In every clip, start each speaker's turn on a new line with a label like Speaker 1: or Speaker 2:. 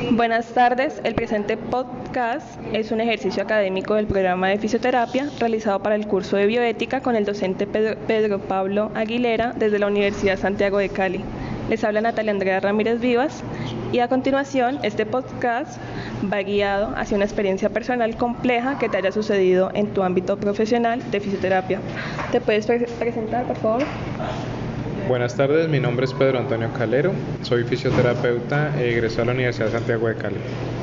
Speaker 1: Buenas tardes, el presente podcast es un ejercicio académico del programa de fisioterapia realizado para el curso de bioética con el docente Pedro Pablo Aguilera desde la Universidad Santiago de Cali. Les habla Natalia Andrea Ramírez Vivas y a continuación este podcast va guiado hacia una experiencia personal compleja que te haya sucedido en tu ámbito profesional de fisioterapia. ¿Te puedes presentar, por favor?
Speaker 2: Buenas tardes, mi nombre es Pedro Antonio Calero, soy fisioterapeuta egresado a la Universidad de Santiago de Cali.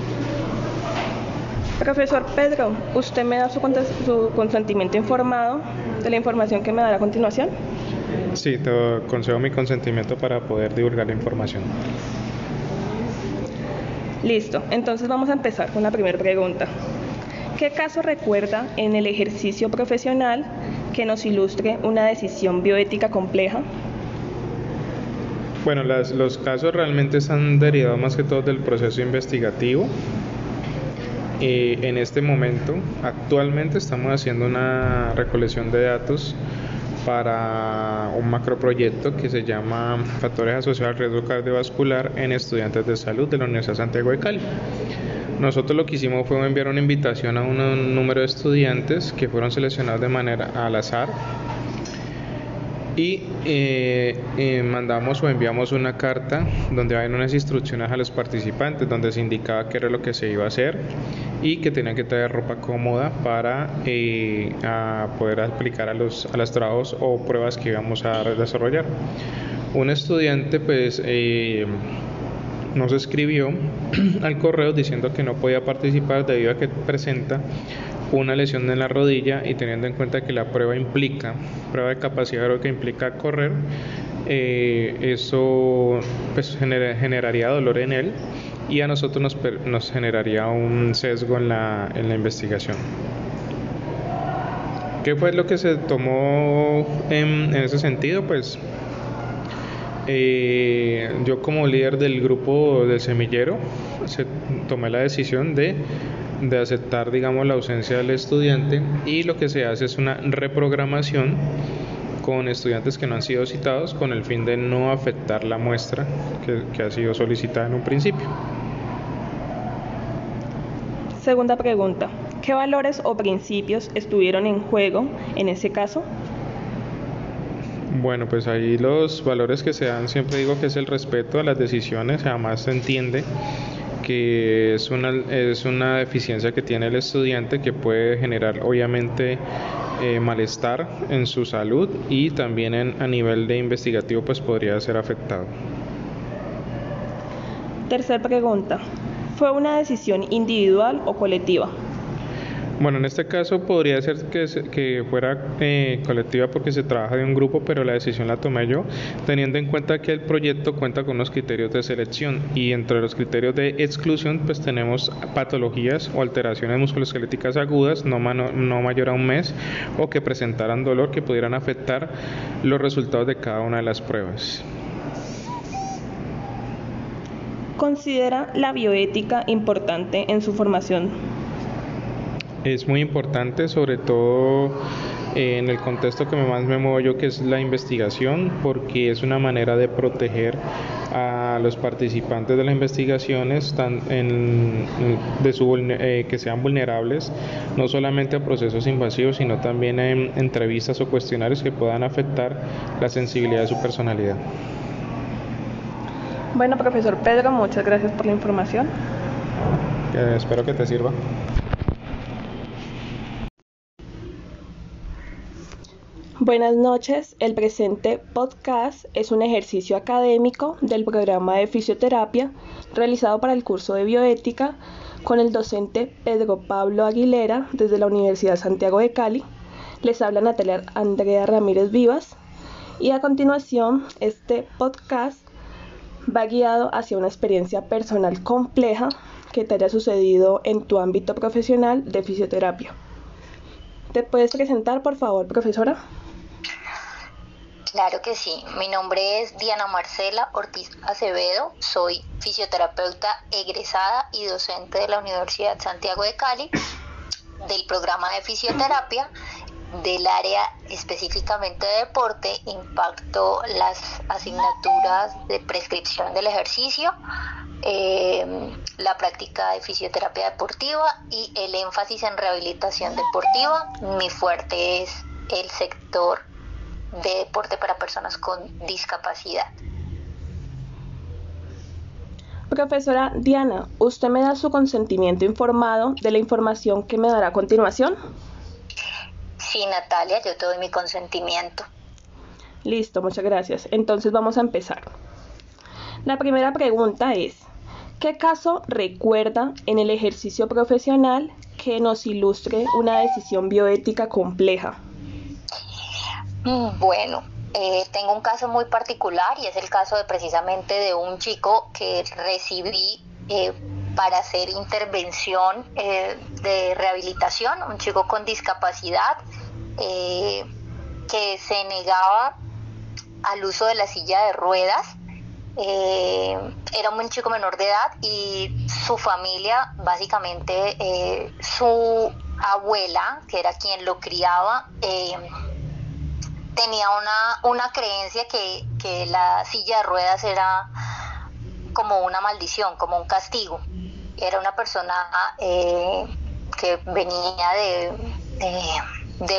Speaker 1: Profesor Pedro, ¿usted me da su consentimiento informado de la información que me dará a continuación?
Speaker 2: Sí, te concedo mi consentimiento para poder divulgar la información.
Speaker 1: Listo, entonces vamos a empezar con la primera pregunta. ¿Qué caso recuerda en el ejercicio profesional que nos ilustre una decisión bioética compleja?
Speaker 2: Bueno, los casos realmente están derivados más que todo del proceso investigativo. En este momento, actualmente estamos haciendo una recolección de datos para un macroproyecto que se llama Factores asociados al riesgo cardiovascular en estudiantes de salud de la Universidad de Santiago de Cali. Nosotros lo que hicimos fue enviar una invitación a un número de estudiantes que fueron seleccionados de manera al azar y mandamos o enviamos una carta donde hay unas instrucciones a los participantes donde se indicaba qué era lo que se iba a hacer y que tenían que traer ropa cómoda para poder aplicar a los trabajos o pruebas que íbamos a desarrollar. Un estudiante nos escribió al correo diciendo que no podía participar debido a que presenta una lesión en la rodilla y teniendo en cuenta que la prueba de capacidad aeróbica implica correr, eso pues generaría dolor en él y a nosotros nos generaría un sesgo en la investigación. ¿Qué fue lo que se tomó en ese sentido? Pues yo como líder del grupo del semillero tomé la decisión de aceptar, digamos, la ausencia del estudiante y lo que se hace es una reprogramación con estudiantes que no han sido citados con el fin de no afectar la muestra que ha sido solicitada en un principio.
Speaker 1: Segunda pregunta, ¿qué valores o principios estuvieron en juego en ese caso?
Speaker 2: Bueno, pues ahí los valores que se dan, siempre digo que es el respeto a las decisiones, además se entiende que es una deficiencia que tiene el estudiante que puede generar obviamente malestar en su salud y también a nivel de investigativo pues podría ser afectado.
Speaker 1: Tercera pregunta, ¿fue una decisión individual o colectiva?
Speaker 2: Bueno, en este caso podría ser que fuera colectiva porque se trabaja de un grupo, pero la decisión la tomé yo, teniendo en cuenta que el proyecto cuenta con unos criterios de selección y entre los criterios de exclusión pues tenemos patologías o alteraciones musculoesqueléticas agudas no mayor a un mes o que presentaran dolor que pudieran afectar los resultados de cada una de las pruebas.
Speaker 1: ¿Considera la bioética importante en su formación?
Speaker 2: Es muy importante, sobre todo en el contexto que más me muevo yo, que es la investigación, porque es una manera de proteger a los participantes de las investigaciones que sean vulnerables, no solamente a procesos invasivos, sino también a entrevistas o cuestionarios que puedan afectar la sensibilidad de su personalidad.
Speaker 1: Bueno, profesor Pedro, muchas gracias por la información.
Speaker 2: Espero que te sirva.
Speaker 1: Buenas noches, el presente podcast es un ejercicio académico del programa de fisioterapia realizado para el curso de bioética con el docente Pedro Pablo Aguilera desde la Universidad Santiago de Cali. Les habla Natalia Andrea Ramírez Vivas y a continuación este podcast va guiado hacia una experiencia personal compleja que te haya sucedido en tu ámbito profesional de fisioterapia. ¿Te puedes presentar, por favor, profesora?
Speaker 3: Claro que sí, mi nombre es Diana Marcela Ortiz Acevedo, soy fisioterapeuta egresada y docente de la Universidad Santiago de Cali, del programa de fisioterapia, del área específicamente de deporte, impacto las asignaturas de prescripción del ejercicio, la práctica de fisioterapia deportiva y el énfasis en rehabilitación deportiva. Mi fuerte es el sector de deporte para personas con discapacidad.
Speaker 1: Profesora Diana, ¿usted me da su consentimiento informado de la información que me dará a continuación?
Speaker 3: Sí, Natalia, yo te doy mi consentimiento.
Speaker 1: Listo, muchas gracias. Entonces vamos a empezar. La primera pregunta es, ¿qué caso recuerda en el ejercicio profesional que nos ilustre una decisión bioética compleja?
Speaker 3: Bueno, tengo un caso muy particular y es el caso de precisamente de un chico que recibí para hacer intervención de rehabilitación, un chico con discapacidad que se negaba al uso de la silla de ruedas. Era un chico menor de edad y su familia, básicamente su abuela, que era quien lo criaba, tenía una creencia que la silla de ruedas era como una maldición, como un castigo. Era una persona que venía de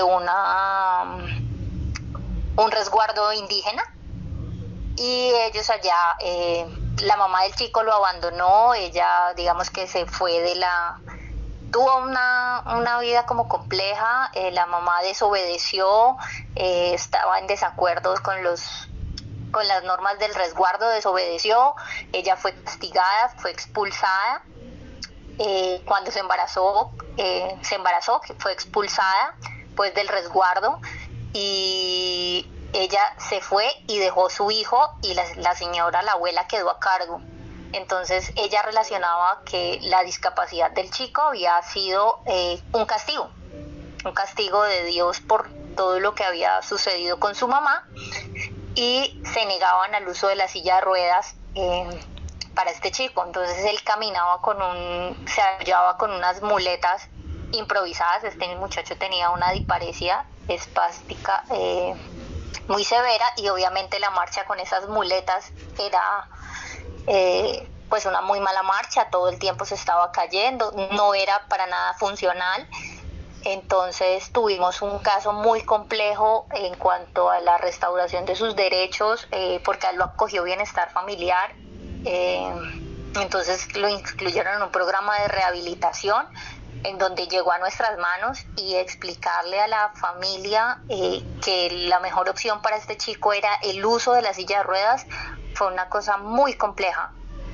Speaker 3: un resguardo indígena y ellos allá, la mamá del chico lo abandonó, ella digamos que se fue tuvo una vida como compleja, la mamá desobedeció, estaba en desacuerdo con las normas del resguardo, desobedeció, ella fue castigada, fue expulsada, cuando se embarazó, fue expulsada pues del resguardo y ella se fue y dejó su hijo y la señora, la abuela, quedó a cargo. Entonces ella relacionaba que la discapacidad del chico había sido un castigo de Dios por todo lo que había sucedido con su mamá y se negaban al uso de la silla de ruedas para este chico. Entonces él caminaba se hallaba con unas muletas improvisadas. Este muchacho tenía una disparesia espástica muy severa y obviamente la marcha con esas muletas era pues una muy mala marcha, todo el tiempo se estaba cayendo, no era para nada funcional. Entonces tuvimos un caso muy complejo en cuanto a la restauración de sus derechos, porque a él lo acogió Bienestar Familiar, entonces lo incluyeron en un programa de rehabilitación en donde llegó a nuestras manos y explicarle a la familia que la mejor opción para este chico era el uso de la silla de ruedas fue una cosa muy compleja.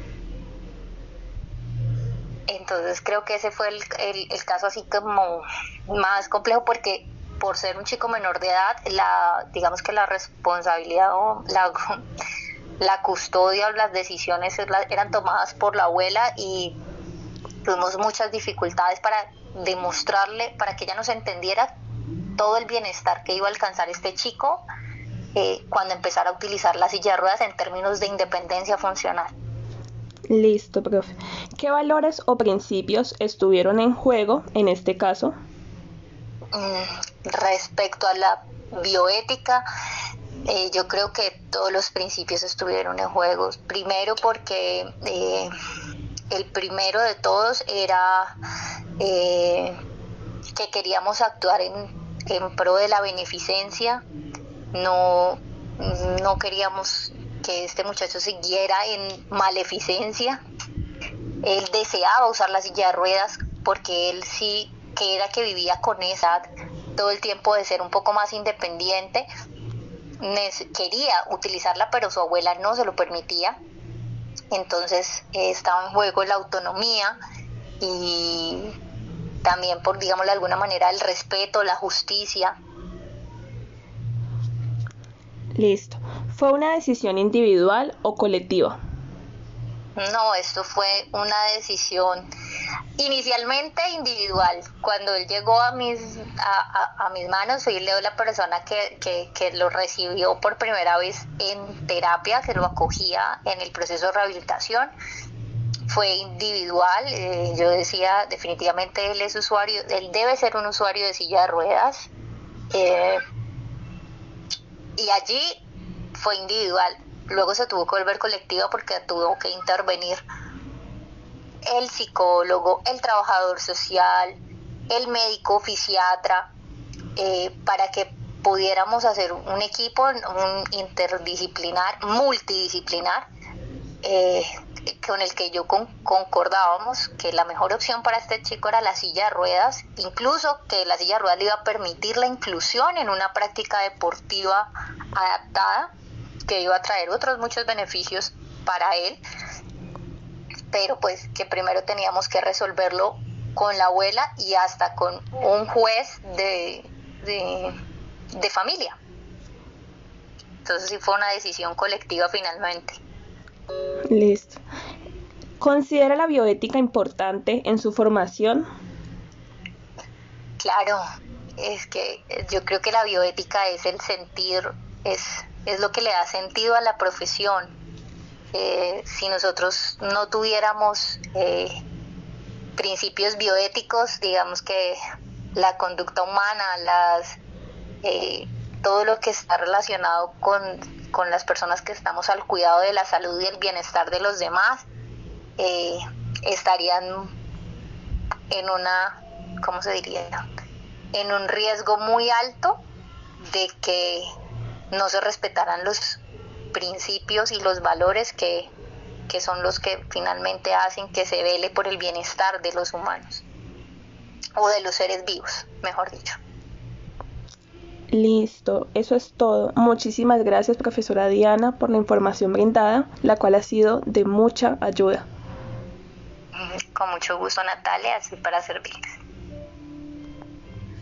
Speaker 3: Entonces creo que ese fue el caso así como más complejo porque por ser un chico menor de edad, digamos que la responsabilidad o la custodia o las decisiones eran tomadas por la abuela y tuvimos muchas dificultades para demostrarle, para que ella nos entendiera todo el bienestar que iba a alcanzar este chico cuando empezara a utilizar la silla de ruedas en términos de independencia funcional.
Speaker 1: Listo, profe. ¿Qué valores o principios estuvieron en juego en este caso?
Speaker 3: Respecto a la bioética, yo creo que todos los principios estuvieron en juego. Primero porque el primero de todos era que queríamos actuar en pro de la beneficencia, no queríamos que este muchacho siguiera en maleficencia. Él deseaba usar la silla de ruedas porque él sí que era que vivía con esa todo el tiempo de ser un poco más independiente, quería utilizarla pero su abuela no se lo permitía. Entonces estaba en juego la autonomía y también por, digamos de alguna manera, el respeto, la justicia.
Speaker 1: Listo. ¿Fue una decisión individual o colectiva?
Speaker 3: No, esto fue una decisión inicialmente individual. Cuando él llegó a mis manos, fui Leo la persona que lo recibió por primera vez en terapia, que lo acogía en el proceso de rehabilitación. Fue individual, yo decía definitivamente él debe ser un usuario de silla de ruedas, y allí fue individual. Luego se tuvo que volver colectiva porque tuvo que intervenir el psicólogo, el trabajador social, el médico fisiatra, para que pudiéramos hacer un equipo interdisciplinar, multidisciplinar, con el que yo concordábamos que la mejor opción para este chico era la silla de ruedas, incluso que la silla de ruedas le iba a permitir la inclusión en una práctica deportiva adaptada, que iba a traer otros muchos beneficios para él, pero pues que primero teníamos que resolverlo con la abuela y hasta con un juez de familia. Entonces sí fue una decisión colectiva finalmente.
Speaker 1: Listo. ¿Considera la bioética importante en su formación?
Speaker 3: Claro, es que yo creo que la bioética es el sentir, es lo que le da sentido a la profesión. Si nosotros no tuviéramos principios bioéticos, digamos que la conducta humana, todo lo que está relacionado con las personas que estamos al cuidado de la salud y el bienestar de los demás, estarían en una, ¿cómo se diría?, en un riesgo muy alto de que no se respetaran los principios y los valores que son los que finalmente hacen que se vele por el bienestar de los humanos, o de los seres vivos, mejor dicho.
Speaker 1: Listo, eso es todo. Muchísimas gracias, profesora Diana, por la información brindada, la cual ha sido de mucha ayuda.
Speaker 3: Con mucho gusto, Natalia, así para servirles.